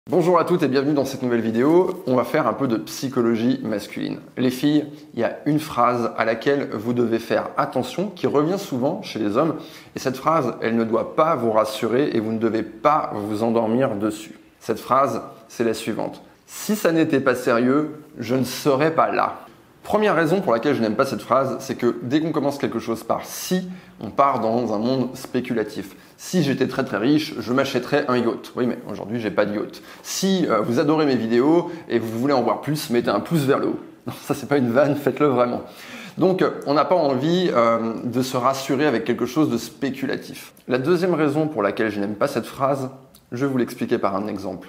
Bonjour à toutes et bienvenue dans cette nouvelle vidéo. On va faire un peu de psychologie masculine. Les filles, il y a une phrase à laquelle vous devez faire attention qui revient souvent chez les hommes. Et cette phrase, elle ne doit pas vous rassurer et vous ne devez pas vous endormir dessus. Cette phrase, c'est la suivante. Si ça n'était pas sérieux, je ne serais pas là. Première raison pour laquelle je n'aime pas cette phrase, c'est que dès qu'on commence quelque chose par si, on part dans un monde spéculatif. Si j'étais très très riche, je m'achèterais un yacht. Oui, mais aujourd'hui, j'ai pas de yacht. Si vous adorez mes vidéos et vous voulez en voir plus, mettez un pouce vers le haut. Non, ça c'est pas une vanne, faites-le vraiment. Donc, on n'a pas envie de se rassurer avec quelque chose de spéculatif. La deuxième raison pour laquelle je n'aime pas cette phrase, je vais vous l'expliquer par un exemple.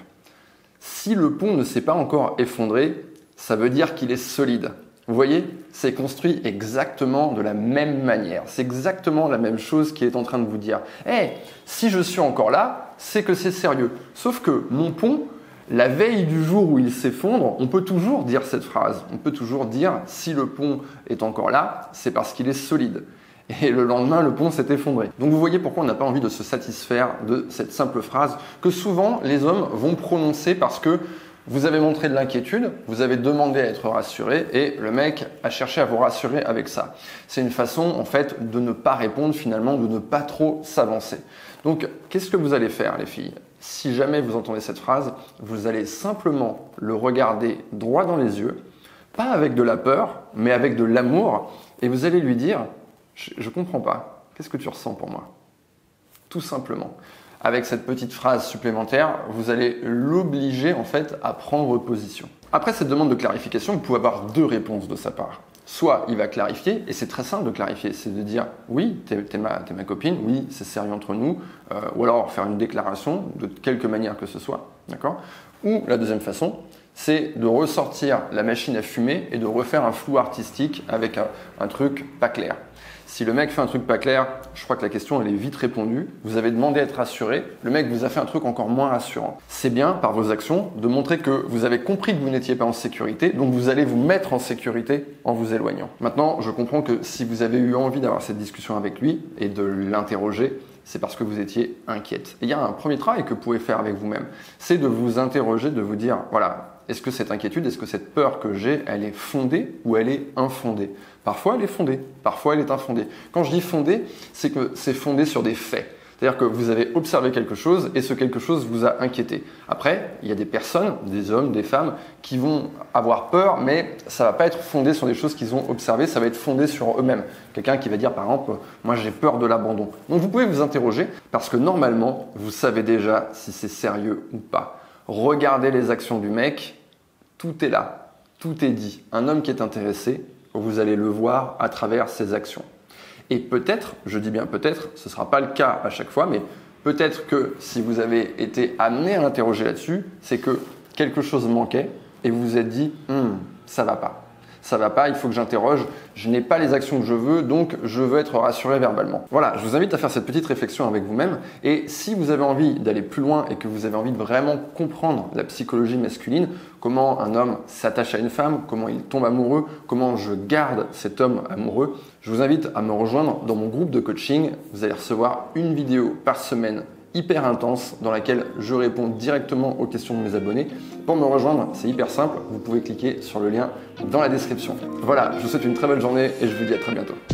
Si le pont ne s'est pas encore effondré, ça veut dire qu'il est solide. Vous voyez, c'est construit exactement de la même manière. C'est exactement la même chose qui est en train de vous dire « Hey, si je suis encore là, c'est que c'est sérieux. » Sauf que mon pont, la veille du jour où il s'effondre, on peut toujours dire cette phrase. On peut toujours dire « Si le pont est encore là, c'est parce qu'il est solide. » Et le lendemain, le pont s'est effondré. Donc vous voyez pourquoi on n'a pas envie de se satisfaire de cette simple phrase que souvent les hommes vont prononcer parce que vous avez montré de l'inquiétude, vous avez demandé à être rassuré et le mec a cherché à vous rassurer avec ça. C'est une façon en fait de ne pas répondre finalement, de ne pas trop s'avancer. Donc qu'est-ce que vous allez faire les filles? Si jamais vous entendez cette phrase, vous allez simplement le regarder droit dans les yeux, pas avec de la peur, mais avec de l'amour et vous allez lui dire « Je comprends pas, qu'est-ce que tu ressens pour moi ?» Tout simplement. Avec cette petite phrase supplémentaire, vous allez l'obliger en fait à prendre position. Après cette demande de clarification, vous pouvez avoir deux réponses de sa part. Soit il va clarifier, et c'est très simple de clarifier, c'est de dire oui, t'es ma copine, oui, c'est sérieux entre nous, ou alors faire une déclaration de quelque manière que ce soit, d'accord? Ou la deuxième façon, c'est de ressortir la machine à fumer et de refaire un flou artistique avec un truc pas clair. Si le mec fait un truc pas clair, je crois que la question elle est vite répondue. Vous avez demandé à être rassuré, le mec vous a fait un truc encore moins rassurant. C'est bien, par vos actions, de montrer que vous avez compris que vous n'étiez pas en sécurité, donc vous allez vous mettre en sécurité en vous éloignant. Maintenant, je comprends que si vous avez eu envie d'avoir cette discussion avec lui et de l'interroger, c'est parce que vous étiez inquiète. Et il y a un premier travail que vous pouvez faire avec vous-même, c'est de vous interroger, de vous dire, voilà, est-ce que cette inquiétude, est-ce que cette peur que j'ai, elle est fondée ou elle est infondée? Parfois, elle est fondée, parfois, elle est infondée. Quand je dis fondée, c'est que c'est fondé sur des faits. C'est-à-dire que vous avez observé quelque chose et ce quelque chose vous a inquiété. Après, il y a des personnes, des hommes, des femmes, qui vont avoir peur, mais ça ne va pas être fondé sur des choses qu'ils ont observées, ça va être fondé sur eux-mêmes. Quelqu'un qui va dire, par exemple, moi j'ai peur de l'abandon. Donc vous pouvez vous interroger, parce que normalement, vous savez déjà si c'est sérieux ou pas. Regardez les actions du mec, tout est là, tout est dit. Un homme qui est intéressé, vous allez le voir à travers ses actions. Et peut-être, je dis bien peut-être, ce ne sera pas le cas à chaque fois, mais peut-être que si vous avez été amené à l'interroger là-dessus, c'est que quelque chose manquait et vous vous êtes dit « ça va pas ». Ça va pas, il faut que j'interroge, je n'ai pas les actions que je veux, donc je veux être rassuré verbalement. Voilà, je vous invite à faire cette petite réflexion avec vous-même et si vous avez envie d'aller plus loin et que vous avez envie de vraiment comprendre la psychologie masculine, comment un homme s'attache à une femme, comment il tombe amoureux, comment je garde cet homme amoureux, je vous invite à me rejoindre dans mon groupe de coaching. Vous allez recevoir une vidéo par semaine hyper intense dans laquelle je réponds directement aux questions de mes abonnés. Pour me rejoindre, c'est hyper simple, vous pouvez cliquer sur le lien dans la description. Voilà, je vous souhaite une très belle journée et je vous dis à très bientôt.